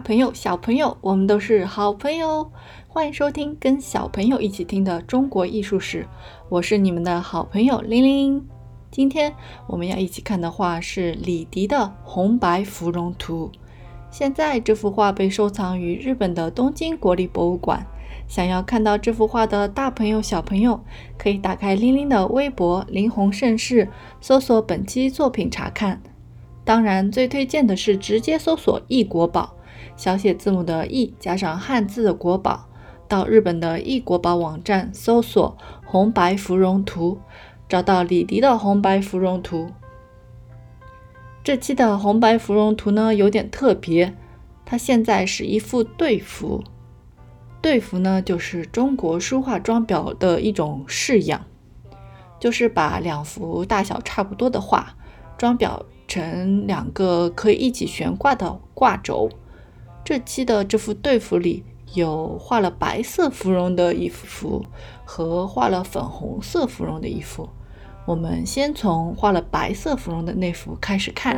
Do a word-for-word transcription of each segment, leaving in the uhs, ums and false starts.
朋友、小朋友，我们都是好朋友。欢迎收听跟小朋友一起听的中国艺术史，我是你们的好朋友玲玲。今天我们要一起看的画是李迪的《红白芙蓉图》。现在这幅画被收藏于日本的东京国立博物馆。想要看到这幅画的大朋友、小朋友，可以打开玲玲的微博林红盛世，搜索本期作品查看。当然，最推荐的是直接搜索异国宝，小写字母的异加上汉字的国宝，到日本的异国宝网站搜索红白芙蓉图，找到李迪的红白芙蓉图。这期的红白芙蓉图呢有点特别，它现在是一幅对幅。对幅呢就是中国书画装裱的一种式样，就是把两幅大小差不多的画装裱成两个可以一起悬挂的挂轴。这期的这幅对幅里有画了白色芙蓉的一幅和画了粉红色芙蓉的一幅。我们先从画了白色芙蓉的那幅开始看。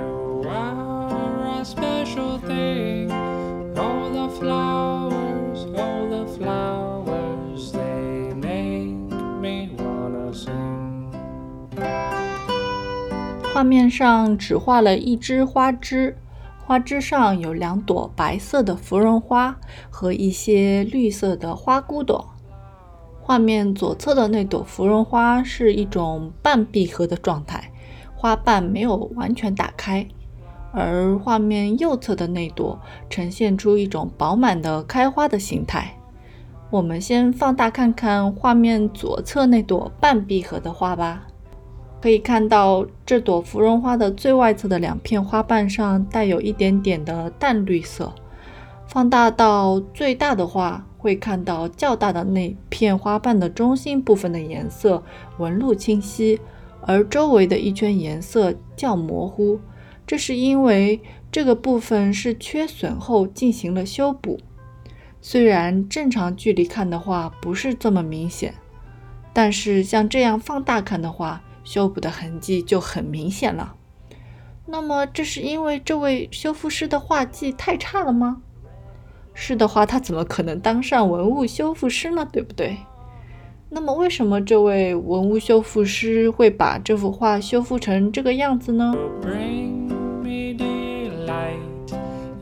画面上只画了一枝花枝，花枝上有两朵白色的芙蓉花和一些绿色的花骨朵。画面左侧的那朵芙蓉花是一种半闭合的状态，花瓣没有完全打开，而画面右侧的那朵呈现出一种饱满的开花的形态。我们先放大看看画面左侧那朵半闭合的花吧。可以看到这朵芙蓉花的最外侧的两片花瓣上带有一点点的淡绿色，放大到最大的话，会看到较大的那片花瓣的中心部分的颜色纹路清晰，而周围的一圈颜色较模糊，这是因为这个部分是缺损后进行了修补。虽然正常距离看的话不是这么明显，但是像这样放大看的话，修补的痕迹就很明显了。那么这是因为这位修复师的画技太差了吗？是的话，他怎么可能当上文物修复师呢？对不对？那么为什么这位文物修复师会把这幅画修复成这个样子呢？ Bring me daylight,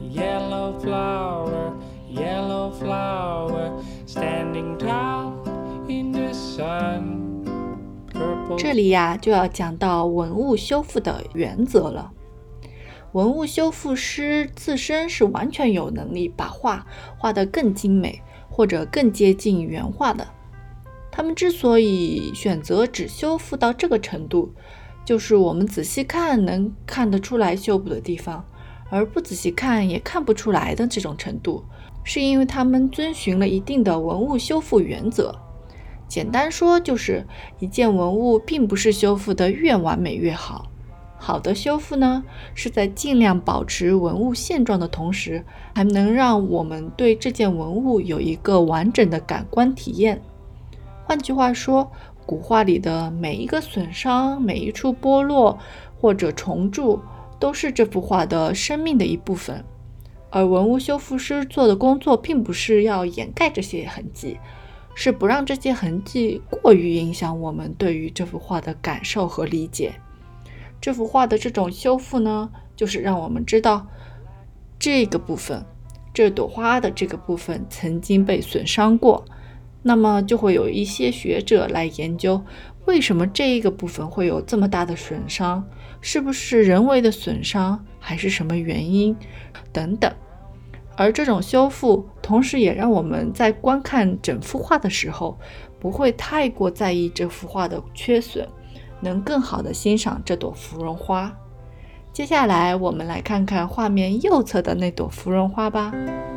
yellow flower, yellow flower, standing tall in the sun。这里呀，就要讲到文物修复的原则了。文物修复师自身是完全有能力把画画得更精美，或者更接近原画的。他们之所以选择只修复到这个程度，就是我们仔细看能看得出来修补的地方，而不仔细看也看不出来的这种程度，是因为他们遵循了一定的文物修复原则。简单说，就是一件文物并不是修复得越完美越好。好的修复呢，是在尽量保持文物现状的同时，还能让我们对这件文物有一个完整的感官体验。换句话说，古画里的每一个损伤、每一处剥落或者重铸，都是这幅画的生命的一部分。而文物修复师做的工作并不是要掩盖这些痕迹，是不让这些痕迹过于影响我们对于这幅画的感受和理解。这幅画的这种修复呢，就是让我们知道这个部分，这朵花的这个部分曾经被损伤过，那么就会有一些学者来研究为什么这一个部分会有这么大的损伤，是不是人为的损伤，还是什么原因等等。而这种修复同时也让我们在观看整幅画的时候，不会太过在意这幅画的缺损，能更好地欣赏这朵芙蓉花。接下来我们来看看画面右侧的那朵芙蓉花吧。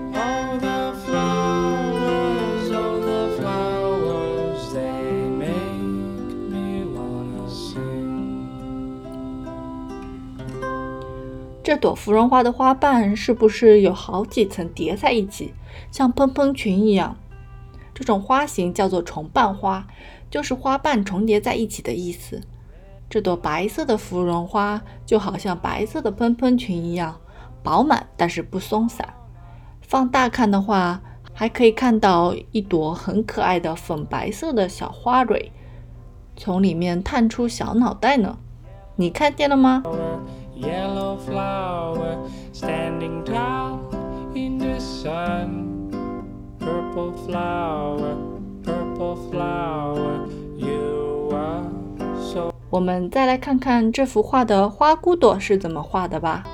这朵芙蓉花的花瓣是不是有好几层叠在一起，像蓬蓬裙一样？这种花型叫做重瓣花，就是花瓣重叠在一起的意思。这朵白色的芙蓉花就好像白色的蓬蓬裙一样，饱满但是不松散。 放大看的话，还可以看到一朵很可爱的粉白色的小花蕊，从里面探出小脑袋呢。你看见了吗？ Yellow flower standing tall in the sun. Purple flower, purple flower, you are so. 我们再来看看这幅画的花骨朵是怎么画的吧。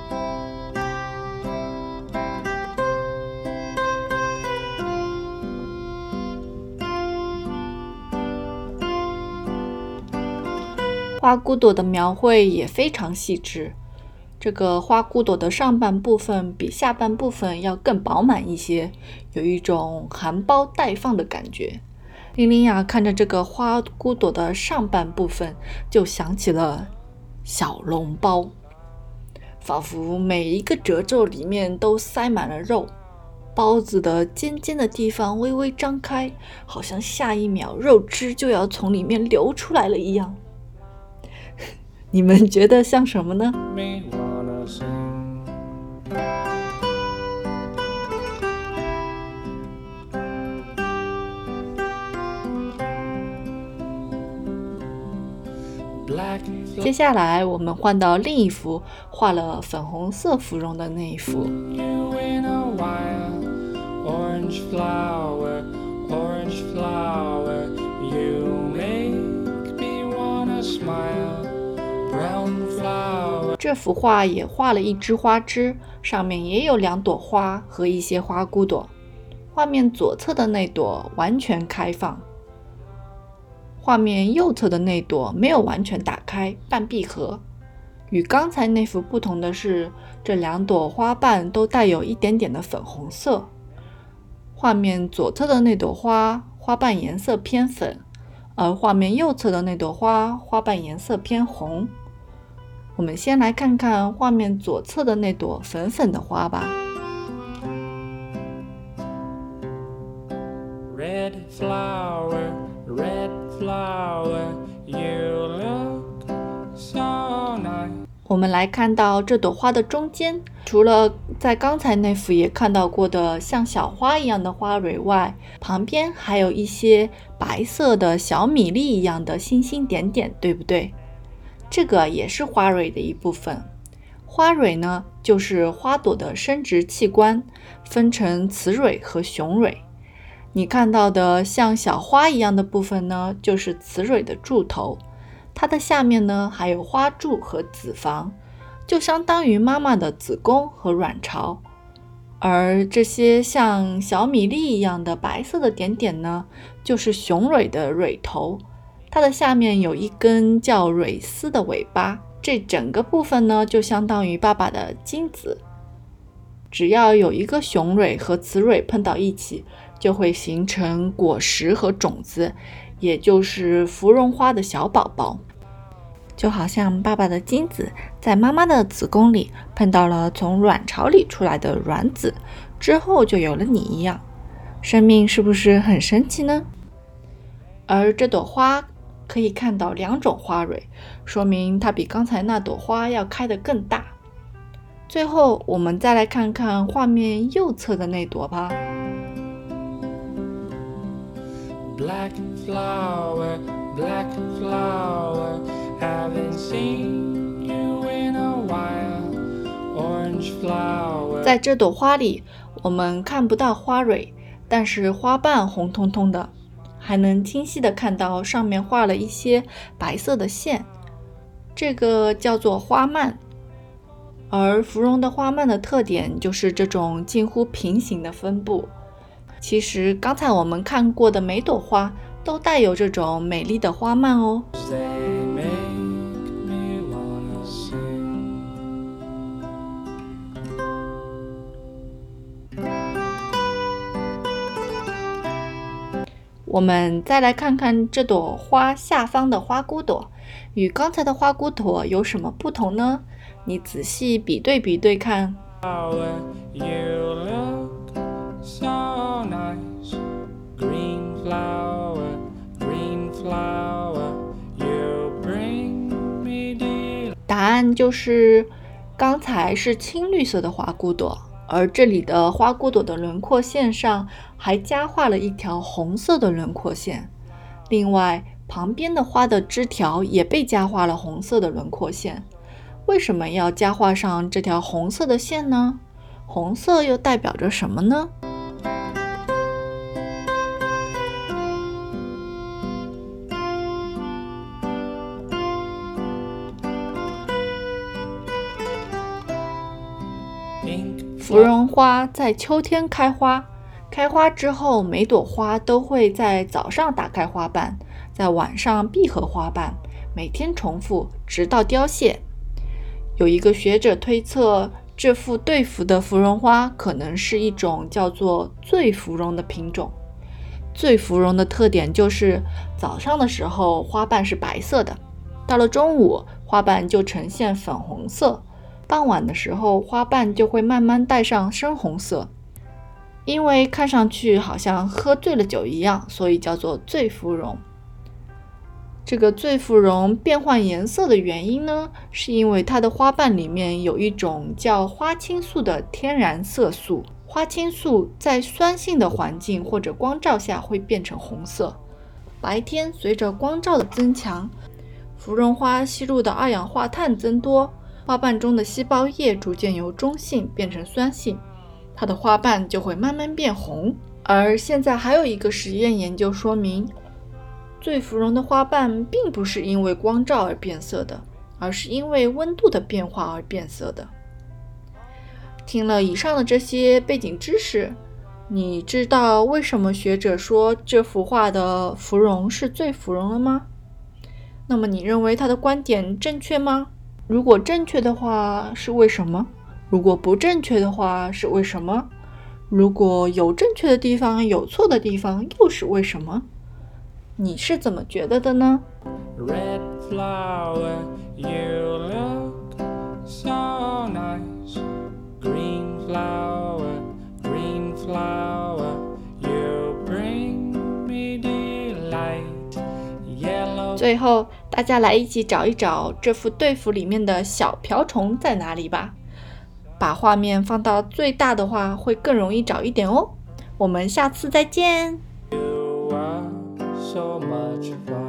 花骨朵的描绘也非常细致，这个花骨朵的上半部分比下半部分要更饱满一些，有一种含苞待放的感觉。琳琳呀，看着这个花骨朵的上半部分，就想起了小笼包，仿佛每一个褶皱里面都塞满了肉，包子的尖尖的地方微微张开，好像下一秒肉汁就要从里面流出来了一样。你们觉得像什么呢？ Me wanna sing. Black 接下来我们换到另一幅画了粉红色芙蓉的那一幅。 you in a while. Orange flower, orange flower, you make me wanna smile.Brown flower. 这幅画也画了一枝花枝，上面也有两朵花和一些花骨朵。画面左侧的那朵完全开放，画面右侧的那朵没有完全打开，半闭合。与刚才那幅不同的是，这两朵花瓣都带有一点点的粉红色。画面左侧的那朵花，花瓣颜色偏粉，而画面右侧的那朵花，花瓣颜色偏红。我们先来看看画面左侧的那朵粉粉的花吧。 Red flower, red flower, you look so nice. 我们来看到这朵花的中间，除了在刚才那幅也看到过的像小花一样的花蕊外，旁边还有一些白色的小米粒一样的星星点点，对不对？这个也是花蕊的一部分。花蕊呢，就是花朵的生殖器官，分成雌蕊和雄蕊。你看到的像小花一样的部分呢，就是雌蕊的柱头，它的下面呢还有花柱和子房，就相当于妈妈的子宫和卵巢。而这些像小米粒一样的白色的点点呢，就是雄蕊的蕊头，它的下面有一根叫蕊丝的尾巴，这整个部分呢就相当于爸爸的精子。只要有一个雄蕊和雌蕊碰到一起，就会形成果实和种子，也就是芙蓉花的小宝宝。就好像爸爸的精子在妈妈的子宫里碰到了从卵巢里出来的卵子，之后就有了你一样。生命是不是很神奇呢？而这朵花可以看到两种花蕊，说明它比刚才那朵花要开得更大。最后我们再来看看画面右侧的那朵吧。 Black flower, black flower, haven't seen you in a while. Orange flower. 在这朵花里，我们看不到花蕊，但是花瓣红彤彤的，还能清晰地看到上面画了一些白色的线，这个叫做花蔓。而芙蓉的花蔓的特点就是这种近乎平行的分布。其实刚才我们看过的每朵花都带有这种美丽的花蔓哦。 They make me wanna sing. 我们再来看看这朵花下方的花骨朵，与刚才的花骨朵有什么不同呢？你仔细比对比对看。 Flower, you look so nice. Green flower, green flower, you bring me delight. 答案就是刚才是青绿色的花骨朵， 而这里的花骨朵的轮廓线上还加画了一条红色的轮廓线，另外旁边的花的枝条也被加画了红色的轮廓线。为什么要加画上这条红色的线呢？红色又代表着什么呢？芙蓉花在秋天开花，开花之后每朵花都会在早上打开花瓣，在晚上闭合花瓣，每天重复，直到凋谢。有一个学者推测，这幅对幅的芙蓉花可能是一种叫做醉芙蓉的品种。醉芙蓉的特点就是早上的时候花瓣是白色的，到了中午花瓣就呈现粉红色，傍晚的时候花瓣就会慢慢带上深红色。因为看上去好像喝醉了酒一样，所以叫做醉芙蓉。这个醉芙蓉变换颜色的原因呢，是因为它的花瓣里面有一种叫花青素的天然色素。花青素在酸性的环境或者光照下会变成红色。白天随着光照的增强，芙蓉花吸入的二氧化碳增多，花瓣中的细胞液逐渐由中性变成酸性，它的花瓣就会慢慢变红。而现在还有一个实验研究说明，醉芙蓉的花瓣并不是因为光照而变色的，而是因为温度的变化而变色的。听了以上的这些背景知识，你知道为什么学者说这幅画的芙蓉是醉芙蓉了吗？那么你认为他的观点正确吗？如果正确的话，是为什么？如果不正确的话，是为什么？如果有正确的地方，有错的地方，又是为什么？你是怎么觉得的呢？ Red flower, you look so nice. Green flower, green flower, you bring me delight. Yellow 最后，大家来一起找一找这幅对幅里面的小瓢虫在哪里吧。把画面放到最大的话，会更容易找一点哦。我们下次再见。 You are so much fun.